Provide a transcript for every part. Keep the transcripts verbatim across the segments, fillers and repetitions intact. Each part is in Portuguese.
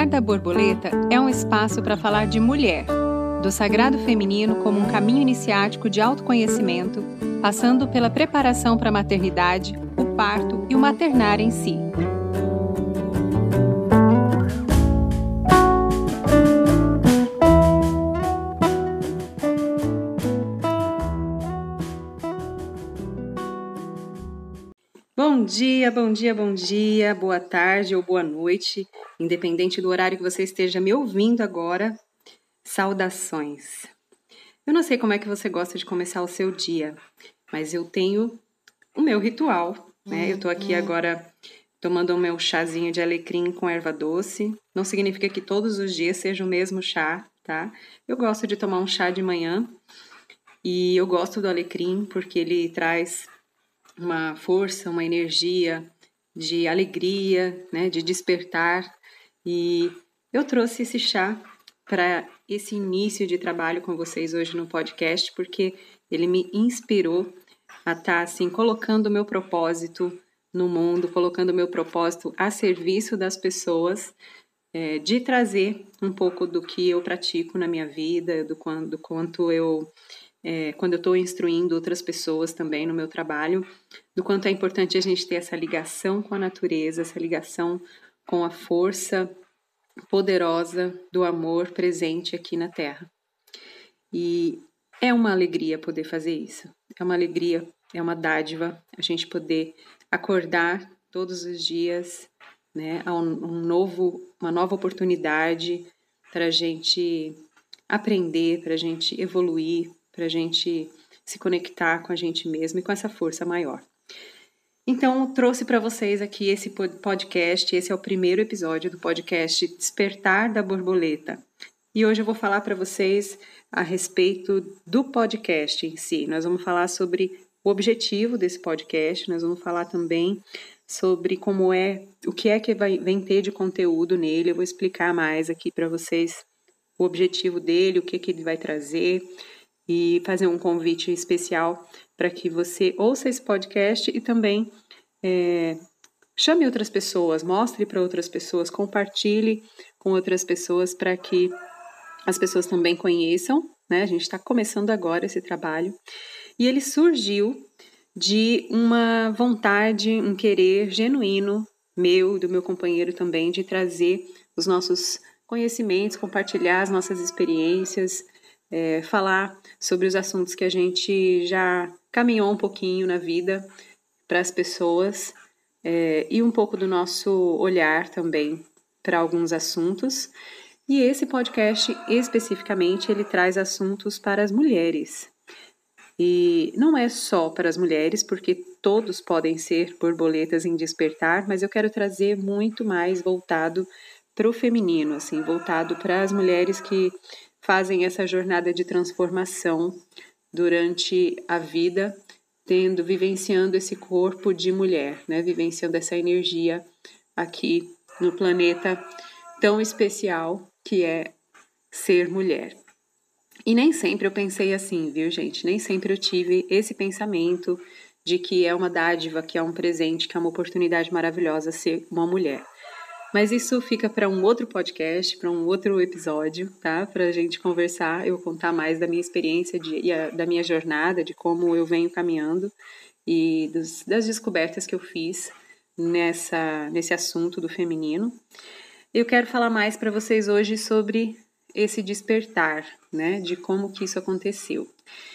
Despertar da Borboleta é um espaço para falar de mulher, do sagrado feminino como um caminho iniciático de autoconhecimento, passando pela preparação para a maternidade, o parto e o maternar em si. Bom dia, bom dia, bom dia, boa tarde ou boa noite, independente do horário que você esteja me ouvindo agora, saudações. Eu não sei como é que você gosta de começar o seu dia, mas eu tenho o meu ritual, né? Eu tô aqui agora tomando o meu chazinho de alecrim com erva doce. Não significa que todos os dias seja o mesmo chá, tá? Eu gosto de tomar um chá de manhã e eu gosto do alecrim porque ele traz uma força, uma energia de alegria, né, de despertar. E eu trouxe esse chá para esse início de trabalho com vocês hoje no podcast, porque ele me inspirou a estar assim, colocando o meu propósito no mundo, colocando o meu propósito a serviço das pessoas, é, de trazer um pouco do que eu pratico na minha vida, do quanto, do quanto eu... É, quando eu estou instruindo outras pessoas também no meu trabalho, do quanto é importante a gente ter essa ligação com a natureza, essa ligação com a força poderosa do amor presente aqui na Terra. E é uma alegria poder fazer isso. É uma alegria, é uma dádiva a gente poder acordar todos os dias, né, a um, um novo, uma nova oportunidade para a gente aprender, para a gente evoluir, para a gente se conectar com a gente mesmo e com essa força maior. Então, eu trouxe para vocês aqui esse podcast, esse é o primeiro episódio do podcast Despertar da Borboleta. E hoje eu vou falar para vocês a respeito do podcast em si. Nós vamos falar sobre o objetivo desse podcast, nós vamos falar também sobre como é, o que é que vai, vem ter de conteúdo nele. Eu vou explicar mais aqui para vocês o objetivo dele, o que, que ele vai trazer, e fazer um convite especial para que você ouça esse podcast e também é, chame outras pessoas, mostre para outras pessoas, compartilhe com outras pessoas para que as pessoas também conheçam, né? A gente está começando agora esse trabalho e ele surgiu de uma vontade, um querer genuíno meu, do meu companheiro também, de trazer os nossos conhecimentos, compartilhar as nossas experiências, É, falar sobre os assuntos que a gente já caminhou um pouquinho na vida para as pessoas, é, e um pouco do nosso olhar também para alguns assuntos. E esse podcast especificamente ele traz assuntos para as mulheres. E não é só para as mulheres, porque todos podem ser borboletas em despertar, mas eu quero trazer muito mais voltado para o feminino, assim, voltado para as mulheres que fazem essa jornada de transformação durante a vida, tendo, vivenciando esse corpo de mulher, né? Vivenciando essa energia aqui no planeta tão especial que é ser mulher. E nem sempre eu pensei assim, viu, gente? Nem sempre eu tive esse pensamento de que é uma dádiva, que é um presente, que é uma oportunidade maravilhosa ser uma mulher. Mas isso fica para um outro podcast, para um outro episódio, tá? Para a gente conversar, eu contar mais da minha experiência, de, e a, da minha jornada, de como eu venho caminhando e dos, das descobertas que eu fiz nessa, nesse assunto do feminino. Eu quero falar mais para vocês hoje sobre esse despertar, né? De como que isso aconteceu.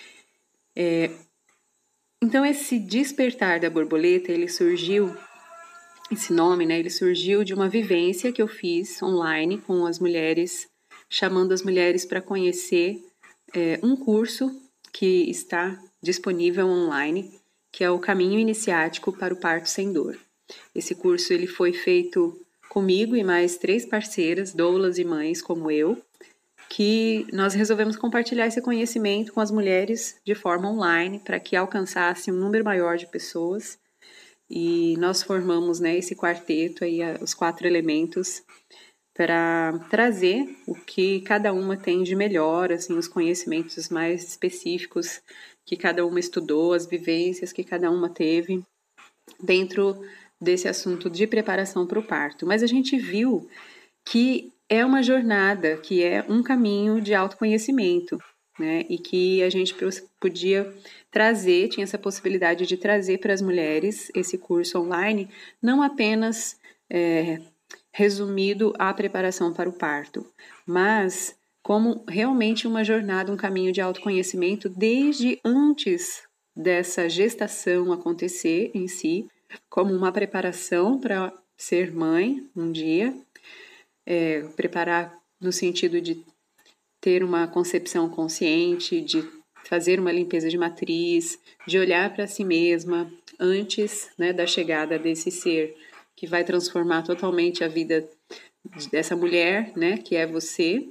É, então, esse despertar da borboleta, ele surgiu... Esse nome, né, ele surgiu de uma vivência que eu fiz online com as mulheres, chamando as mulheres para conhecer é, um curso que está disponível online, que é o Caminho Iniciático para o Parto Sem Dor. Esse curso ele foi feito comigo e mais três parceiras, doulas e mães como eu, que nós resolvemos compartilhar esse conhecimento com as mulheres de forma online para que alcançasse um número maior de pessoas. E nós formamos, né, esse quarteto, aí, os quatro elementos, para trazer o que cada uma tem de melhor, assim, os conhecimentos mais específicos que cada uma estudou, as vivências que cada uma teve dentro desse assunto de preparação para o parto. Mas a gente viu que é uma jornada, que é um caminho de autoconhecimento, né? E que a gente podia trazer, tinha essa possibilidade de trazer para as mulheres esse curso online, não apenas é, resumido à preparação para o parto, mas como realmente uma jornada, um caminho de autoconhecimento desde antes dessa gestação acontecer em si, como uma preparação para ser mãe um dia, é, preparar no sentido de ter uma concepção consciente, de fazer uma limpeza de matriz, de olhar para si mesma antes, né, da chegada desse ser que vai transformar totalmente a vida dessa mulher, né, que é você,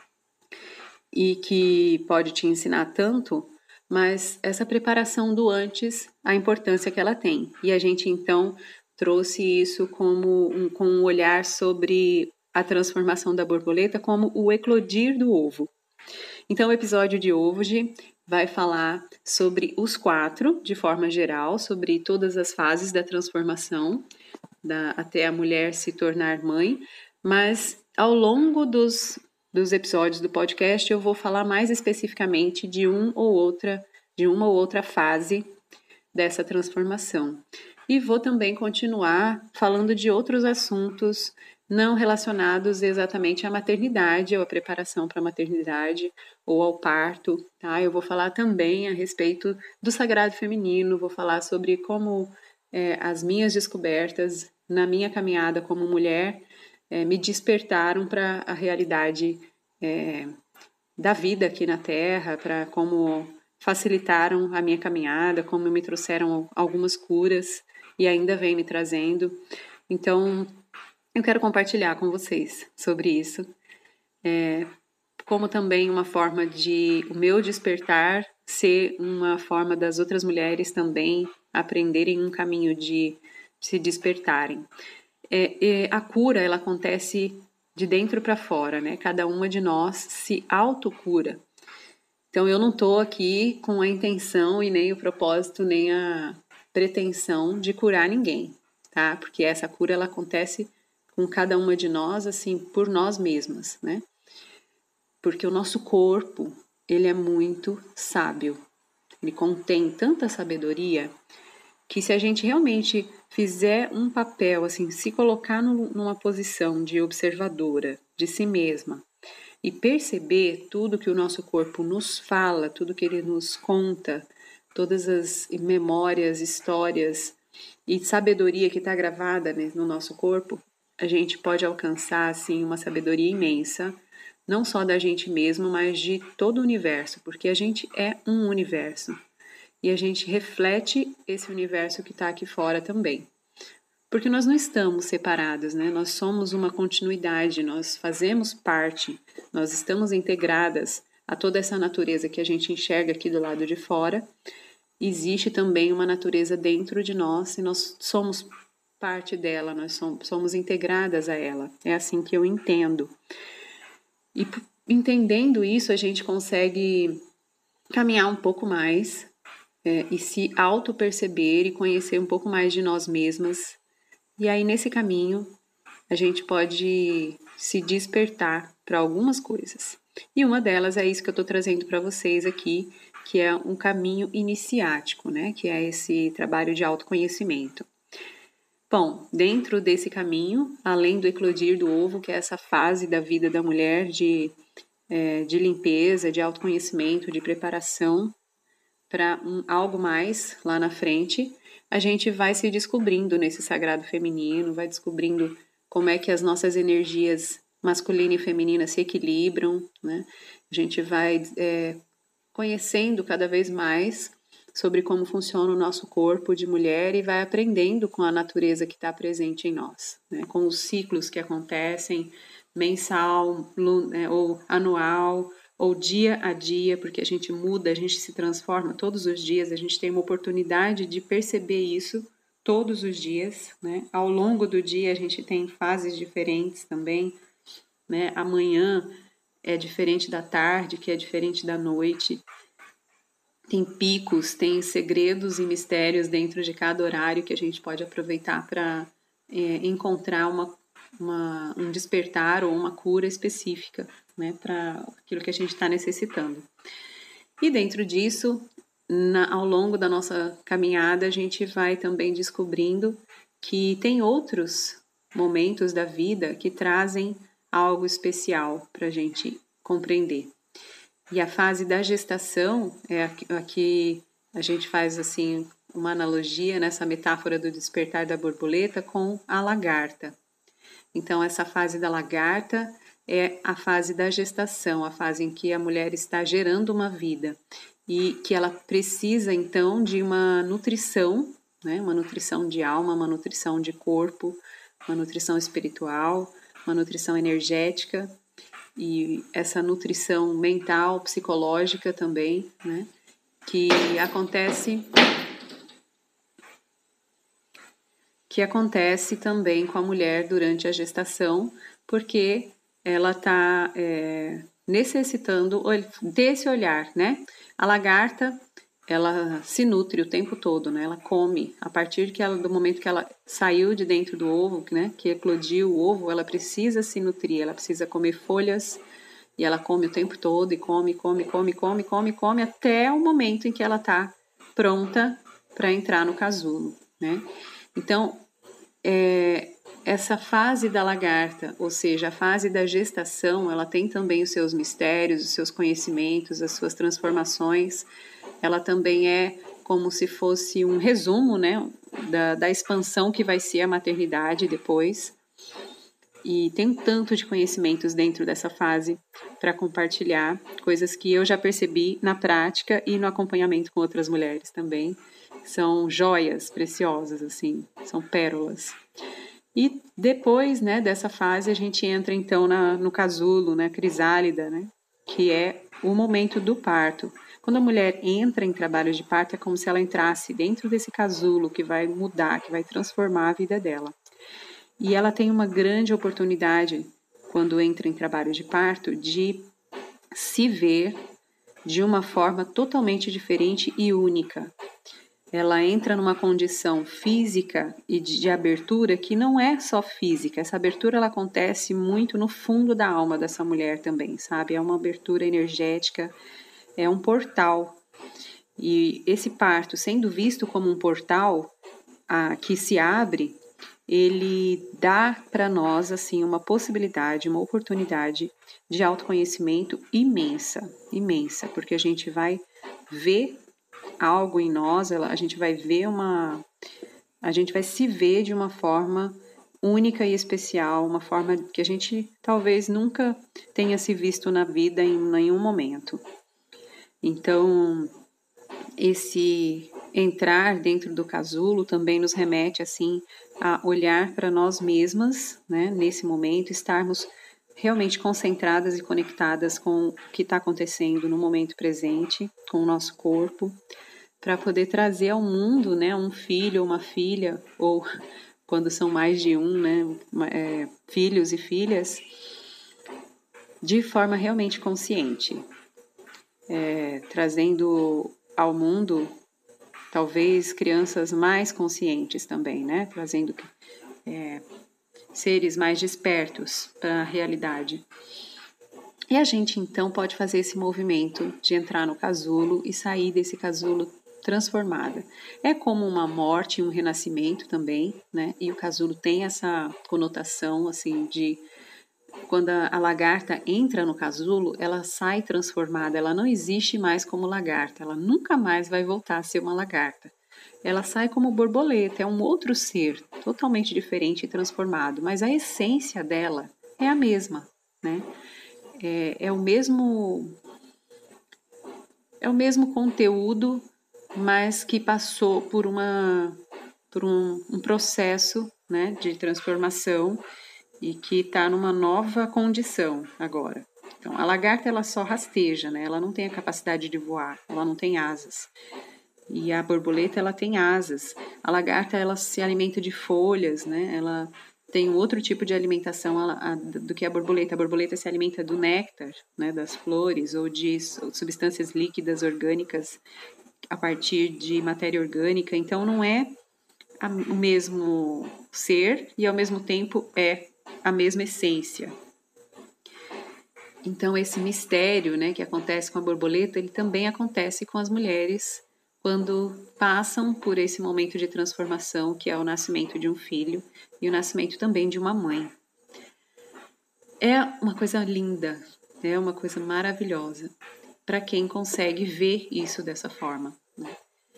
e que pode te ensinar tanto, mas essa preparação do antes, a importância que ela tem. E a gente então trouxe isso como um, com um olhar sobre a transformação da borboleta como o eclodir do ovo. Então, o episódio de hoje vai falar sobre os quatro, de forma geral, sobre todas as fases da transformação, da, até a mulher se tornar mãe, mas ao longo dos, dos episódios do podcast eu vou falar mais especificamente de um ou outra, de uma ou outra fase dessa transformação. E vou também continuar falando de outros assuntos não relacionados exatamente à maternidade ou à preparação para a maternidade ou ao parto, tá? Eu vou falar também a respeito do sagrado feminino, vou falar sobre como é, as minhas descobertas na minha caminhada como mulher é, me despertaram para a realidade é, da vida aqui na Terra, para como facilitaram a minha caminhada, como me trouxeram algumas curas e ainda vem me trazendo. Então, eu quero compartilhar com vocês sobre isso, é, como também uma forma de o meu despertar ser uma forma das outras mulheres também aprenderem um caminho de se despertarem. É, é, a cura, ela acontece de dentro para fora, né? Cada uma de nós se autocura. Então, eu não estou aqui com a intenção e nem o propósito, nem a pretensão de curar ninguém, tá? Porque essa cura, ela acontece com cada uma de nós, assim, por nós mesmas, né? Porque o nosso corpo, ele é muito sábio. Ele contém tanta sabedoria que se a gente realmente fizer um papel, assim, se colocar no, numa posição de observadora de si mesma e perceber tudo que o nosso corpo nos fala, tudo que ele nos conta, todas as memórias, histórias e sabedoria que está gravada, né, no nosso corpo, a gente pode alcançar assim uma sabedoria imensa, não só da gente mesmo, mas de todo o universo, porque a gente é um universo e a gente reflete esse universo que está aqui fora também. Porque nós não estamos separados, né? Nós somos uma continuidade, nós fazemos parte, nós estamos integradas a toda essa natureza que a gente enxerga aqui do lado de fora. Existe também uma natureza dentro de nós e nós somos parte dela, nós somos, somos integradas a ela. É assim que eu entendo. E entendendo isso, a gente consegue caminhar um pouco mais é, e se auto-perceber e conhecer um pouco mais de nós mesmas. E aí, nesse caminho, a gente pode se despertar para algumas coisas. E uma delas é isso que eu estou trazendo para vocês aqui, que é um caminho iniciático, né? Que é esse trabalho de autoconhecimento. Bom, dentro desse caminho, além do eclodir do ovo, que é essa fase da vida da mulher de, é, de limpeza, de autoconhecimento, de preparação para um, algo mais lá na frente, a gente vai se descobrindo nesse sagrado feminino, vai descobrindo como é que as nossas energias masculina e feminina se equilibram, né? A gente vai é, conhecendo cada vez mais sobre como funciona o nosso corpo de mulher e vai aprendendo com a natureza que está presente em nós, né? Com os ciclos que acontecem mensal né, ou anual, ou dia a dia, porque a gente muda, a gente se transforma todos os dias, a gente tem uma oportunidade de perceber isso todos os dias, né? Ao longo do dia a gente tem fases diferentes também, né? Amanhã é diferente da tarde, que é diferente da noite. Tem picos, tem segredos e mistérios dentro de cada horário que a gente pode aproveitar para é, encontrar uma, uma, um despertar ou uma cura específica, né, para aquilo que a gente está necessitando. E dentro disso, na, ao longo da nossa caminhada, a gente vai também descobrindo que tem outros momentos da vida que trazem algo especial para a gente compreender. E a fase da gestação é a que a gente faz assim uma analogia nessa metáfora do despertar da borboleta com a lagarta. Então, essa fase da lagarta é a fase da gestação, a fase em que a mulher está gerando uma vida e que ela precisa, então, de uma nutrição, né? Uma nutrição de alma, uma nutrição de corpo, uma nutrição espiritual, uma nutrição energética e essa nutrição mental, psicológica também, né? Que acontece... que acontece também com a mulher durante a gestação, porque ela está é, necessitando desse olhar, né? A lagarta, ela se nutre o tempo todo, né? Ela come. A partir que ela, do momento que ela saiu de dentro do ovo, né? Que eclodiu o ovo, ela precisa se nutrir, ela precisa comer folhas, e ela come o tempo todo, e come, come, come, come, come, come, até o momento em que ela está pronta para entrar no casulo, né? Então, é, essa fase da lagarta, ou seja, a fase da gestação, ela tem também os seus mistérios, os seus conhecimentos, as suas transformações. Ela também é como se fosse um resumo, né, da, da expansão que vai ser a maternidade depois. E tem um tanto de conhecimentos dentro dessa fase para compartilhar, coisas que eu já percebi na prática e no acompanhamento com outras mulheres também. São joias preciosas, assim, são pérolas. E depois, né, dessa fase, a gente entra então na, no casulo, na crisálida, né, que é o momento do parto. Quando a mulher entra em trabalho de parto, é como se ela entrasse dentro desse casulo que vai mudar, que vai transformar a vida dela. E ela tem uma grande oportunidade, quando entra em trabalho de parto, de se ver de uma forma totalmente diferente e única. Ela entra numa condição física e de, de abertura que não é só física. Essa abertura ela acontece muito no fundo da alma dessa mulher também, sabe? É uma abertura energética, é um portal. E esse parto, sendo visto como um portal a, que se abre, ele dá para nós assim uma possibilidade, uma oportunidade de autoconhecimento imensa, imensa, porque a gente vai ver algo em nós, a gente vai ver uma, a gente vai se ver de uma forma única e especial, uma forma que a gente talvez nunca tenha se visto na vida em nenhum momento. Então, esse entrar dentro do casulo também nos remete assim a olhar para nós mesmas, né, nesse momento, estarmos realmente concentradas e conectadas com o que está acontecendo no momento presente, com o nosso corpo, para poder trazer ao mundo, né, um filho ou uma filha, ou quando são mais de um, né, é, filhos e filhas, de forma realmente consciente, é, trazendo ao mundo talvez crianças mais conscientes também, né, trazendo é, seres mais despertos para a realidade. E a gente então pode fazer esse movimento de entrar no casulo e sair desse casulo transformada. É como uma morte e um renascimento também, né? E o casulo tem essa conotação assim de quando a lagarta entra no casulo, ela sai transformada, ela não existe mais como lagarta, ela nunca mais vai voltar a ser uma lagarta. Ela sai como borboleta, é um outro ser, totalmente diferente e transformado, mas a essência dela é a mesma, né? É, é o mesmo é o mesmo conteúdo, mas que passou por uma por um, um processo, né, de transformação e que está numa nova condição agora. Então, a lagarta ela só rasteja, né? Ela não tem a capacidade de voar, ela não tem asas. E a borboleta ela tem asas. A lagarta ela se alimenta de folhas, né? Ela tem um outro tipo de alimentação do que a borboleta. A borboleta se alimenta do néctar, né, das flores ou de substâncias líquidas orgânicas a partir de matéria orgânica. Então não é o mesmo ser e ao mesmo tempo é a mesma essência. Então, esse mistério, né, que acontece com a borboleta, ele também acontece com as mulheres quando passam por esse momento de transformação, que é o nascimento de um filho e o nascimento também de uma mãe. É uma coisa linda, é uma coisa maravilhosa para quem consegue ver isso dessa forma, né?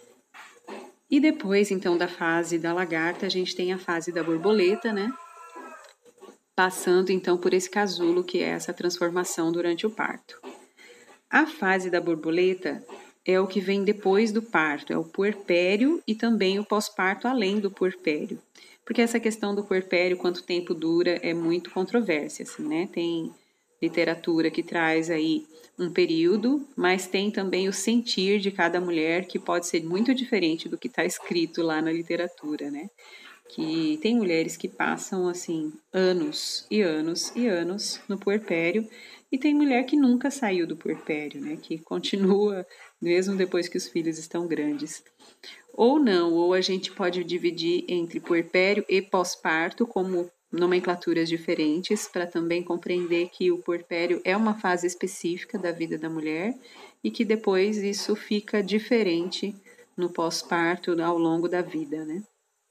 E depois, então, da fase da lagarta, a gente tem a fase da borboleta, né? Passando, então, por esse casulo, que é essa transformação durante o parto. A fase da borboleta é o que vem depois do parto, é o puerpério e também o pós-parto além do puerpério. Porque essa questão do puerpério, quanto tempo dura, é muito controvérsia, assim, né? Tem literatura que traz aí um período, mas tem também o sentir de cada mulher, que pode ser muito diferente do que está escrito lá na literatura, né? Que tem mulheres que passam, assim, anos e anos e anos no puerpério, e tem mulher que nunca saiu do puerpério, né? Que continua mesmo depois que os filhos estão grandes. Ou não, ou a gente pode dividir entre puerpério e pós-parto como nomenclaturas diferentes, para também compreender que o puerpério é uma fase específica da vida da mulher e que depois isso fica diferente no pós-parto ao longo da vida, né?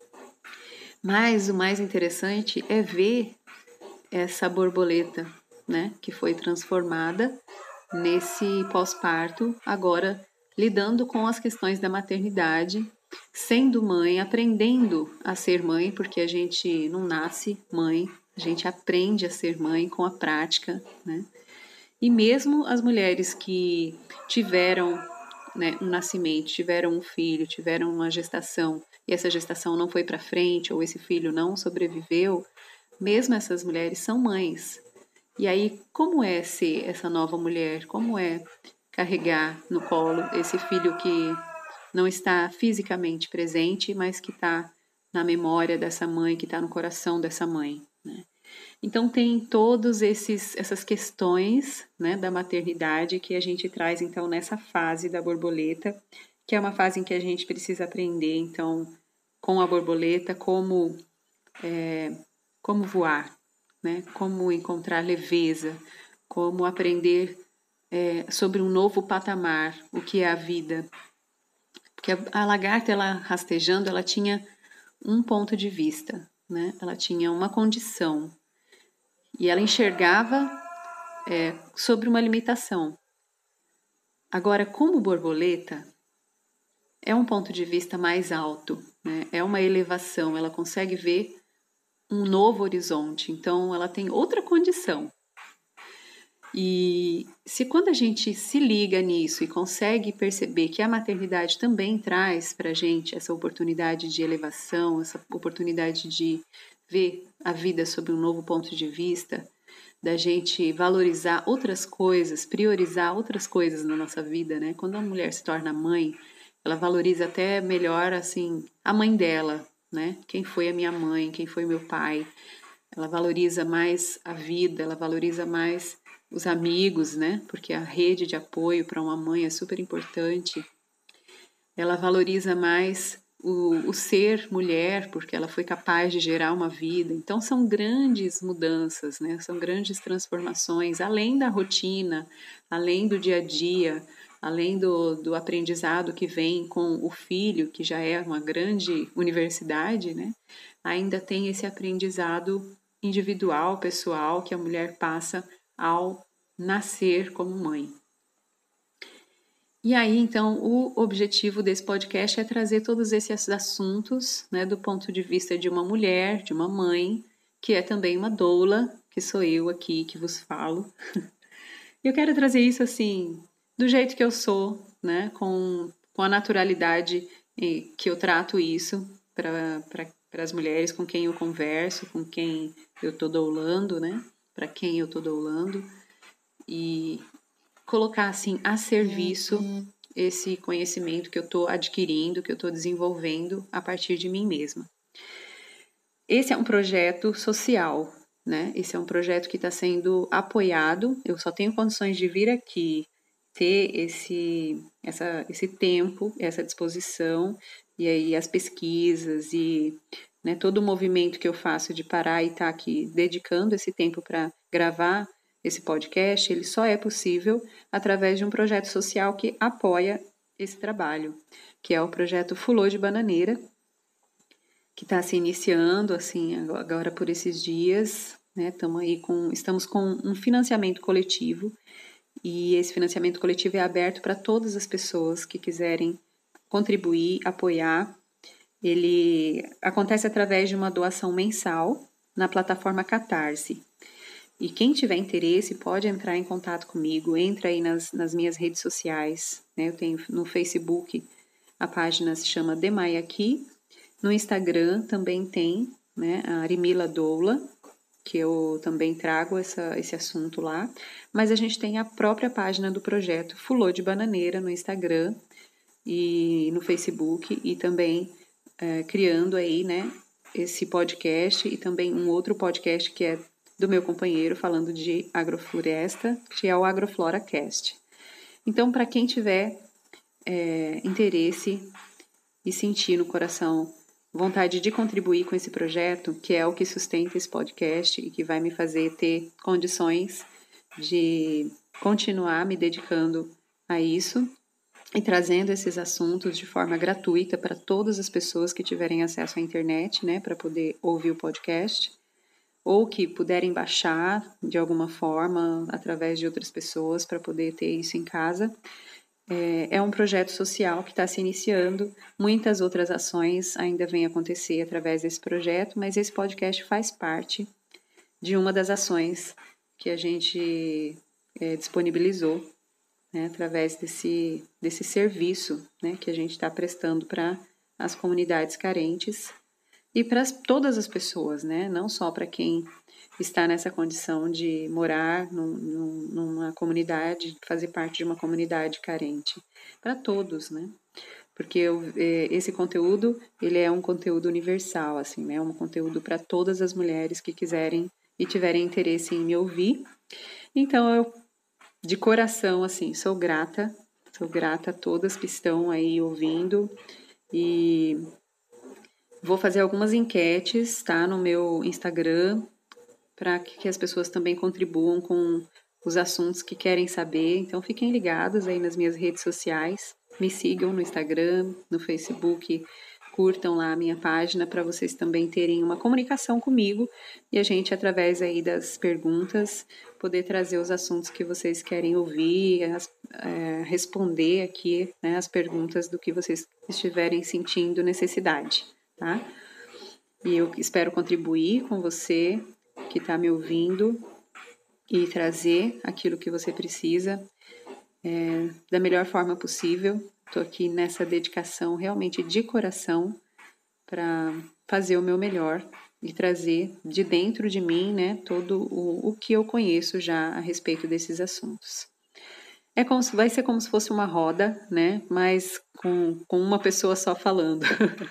Mas o mais interessante é ver essa borboleta, né, que foi transformada nesse pós-parto, agora lidando com as questões da maternidade, sendo mãe, aprendendo a ser mãe, porque a gente não nasce mãe, a gente aprende a ser mãe com a prática, né? E mesmo as mulheres que tiveram, né, um nascimento, tiveram um filho, tiveram uma gestação, e essa gestação não foi para frente, ou esse filho não sobreviveu, mesmo essas mulheres são mães. E aí, como é ser essa nova mulher? Como é carregar no colo esse filho que não está fisicamente presente, mas que está na memória dessa mãe, que está no coração dessa mãe, né? Então tem todos esses essas questões, né, da maternidade que a gente traz então nessa fase da borboleta, que é uma fase em que a gente precisa aprender então com a borboleta como é, como voar, né, como encontrar leveza, como aprender é, sobre um novo patamar, o que é a vida. Porque a, a lagarta, ela rastejando, ela tinha um ponto de vista, né? Ela tinha uma condição e ela enxergava é, sobre uma limitação. Agora, como borboleta, é um ponto de vista mais alto, né? É uma elevação, ela consegue ver um novo horizonte, então ela tem outra condição. E se quando a gente se liga nisso e consegue perceber que a maternidade também traz para a gente essa oportunidade de elevação, essa oportunidade de ver a vida sob um novo ponto de vista, da gente valorizar outras coisas, priorizar outras coisas na nossa vida, né? Quando a mulher se torna mãe, ela valoriza até melhor, assim, a mãe dela, né? Quem foi a minha mãe, quem foi meu pai. Ela valoriza mais a vida, ela valoriza mais os amigos, né? Porque a rede de apoio para uma mãe é super importante. Ela valoriza mais o, o ser mulher, porque ela foi capaz de gerar uma vida. Então, são grandes mudanças, né? São grandes transformações, além da rotina, além do dia a dia, além do, do aprendizado que vem com o filho, que já é uma grande universidade, né? Ainda tem esse aprendizado individual, pessoal, que a mulher passa ao nascer como mãe. E aí, então, o objetivo desse podcast é trazer todos esses assuntos, né, do ponto de vista de uma mulher, de uma mãe, que é também uma doula, que sou eu aqui que vos falo. E eu quero trazer isso, assim, do jeito que eu sou, né, com, com a naturalidade que eu trato isso para para as mulheres com quem eu converso, com quem eu estou doulando, né, para quem eu estou doulando. E colocar assim a serviço esse conhecimento que eu estou adquirindo, que eu estou desenvolvendo a partir de mim mesma. Esse é um projeto social, né? Esse é um projeto que está sendo apoiado. Eu só tenho condições de vir aqui ter esse, essa, esse tempo, essa disposição, e aí as pesquisas e né? Todo o movimento que eu faço de parar e estar aqui dedicando esse tempo para gravar esse podcast, ele só é possível através de um projeto social que apoia esse trabalho, que é o projeto Fulô de Bananeira, que está se iniciando assim agora por esses dias, né? Tamo aí com, estamos com um financiamento coletivo e esse financiamento coletivo é aberto para todas as pessoas que quiserem contribuir, apoiar. Ele acontece através de uma doação mensal na plataforma Catarse. E quem tiver interesse pode entrar em contato comigo, entra aí nas, nas minhas redes sociais, né? Eu tenho no Facebook, a página se chama Demai Aqui, no Instagram também tem, né, a Arimila Doula, que eu também trago essa, esse assunto lá, mas a gente tem a própria página do projeto Fulô de Bananeira no Instagram e no Facebook e também é, criando aí, né, esse podcast e também um outro podcast que é do meu companheiro falando de agrofloresta, que é o AgrofloraCast. Então, para quem tiver é, interesse e sentir no coração vontade de contribuir com esse projeto, que é o que sustenta esse podcast e que vai me fazer ter condições de continuar me dedicando a isso e trazendo esses assuntos de forma gratuita para todas as pessoas que tiverem acesso à internet, né, para poder ouvir o podcast, ou que puderem baixar de alguma forma através de outras pessoas para poder ter isso em casa. É um projeto social que está se iniciando, muitas outras ações ainda vêm acontecer através desse projeto, mas esse podcast faz parte de uma das ações que a gente é, disponibilizou, né, através desse, desse serviço, né, que a gente está prestando para as comunidades carentes e para todas as pessoas, né, não só para quem está nessa condição de morar num, num, numa comunidade, fazer parte de uma comunidade carente, para todos, né? Porque eu, esse conteúdo, ele é um conteúdo universal, assim, né? Um conteúdo para todas as mulheres que quiserem e tiverem interesse em me ouvir. Então, eu, de coração, assim, sou grata, sou grata a todas que estão aí ouvindo e vou fazer algumas enquetes, tá? No meu Instagram, para que as pessoas também contribuam com os assuntos que querem saber. Então, fiquem ligados aí nas minhas redes sociais. Me sigam no Instagram, no Facebook, curtam lá a minha página para vocês também terem uma comunicação comigo e a gente, através aí das perguntas, poder trazer os assuntos que vocês querem ouvir, as, é, responder aqui, né, as perguntas do que vocês estiverem sentindo necessidade, tá? E eu espero contribuir com você que está me ouvindo e trazer aquilo que você precisa é, da melhor forma possível. Estou aqui nessa dedicação realmente de coração para fazer o meu melhor e trazer de dentro de mim, né, todo o, o que eu conheço já a respeito desses assuntos. É como se, vai ser como se fosse uma roda, né, mas com, com uma pessoa só falando.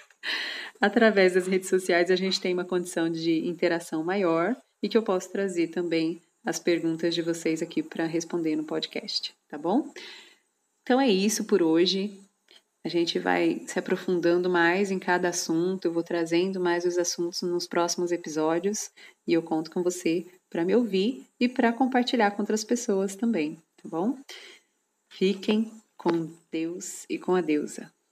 Através das redes sociais a gente tem uma condição de interação maior e que eu posso trazer também as perguntas de vocês aqui para responder no podcast, tá bom? Então é isso por hoje. A gente vai se aprofundando mais em cada assunto, eu vou trazendo mais os assuntos nos próximos episódios e eu conto com você para me ouvir e para compartilhar com outras pessoas também, tá bom? Fiquem com Deus e com a deusa.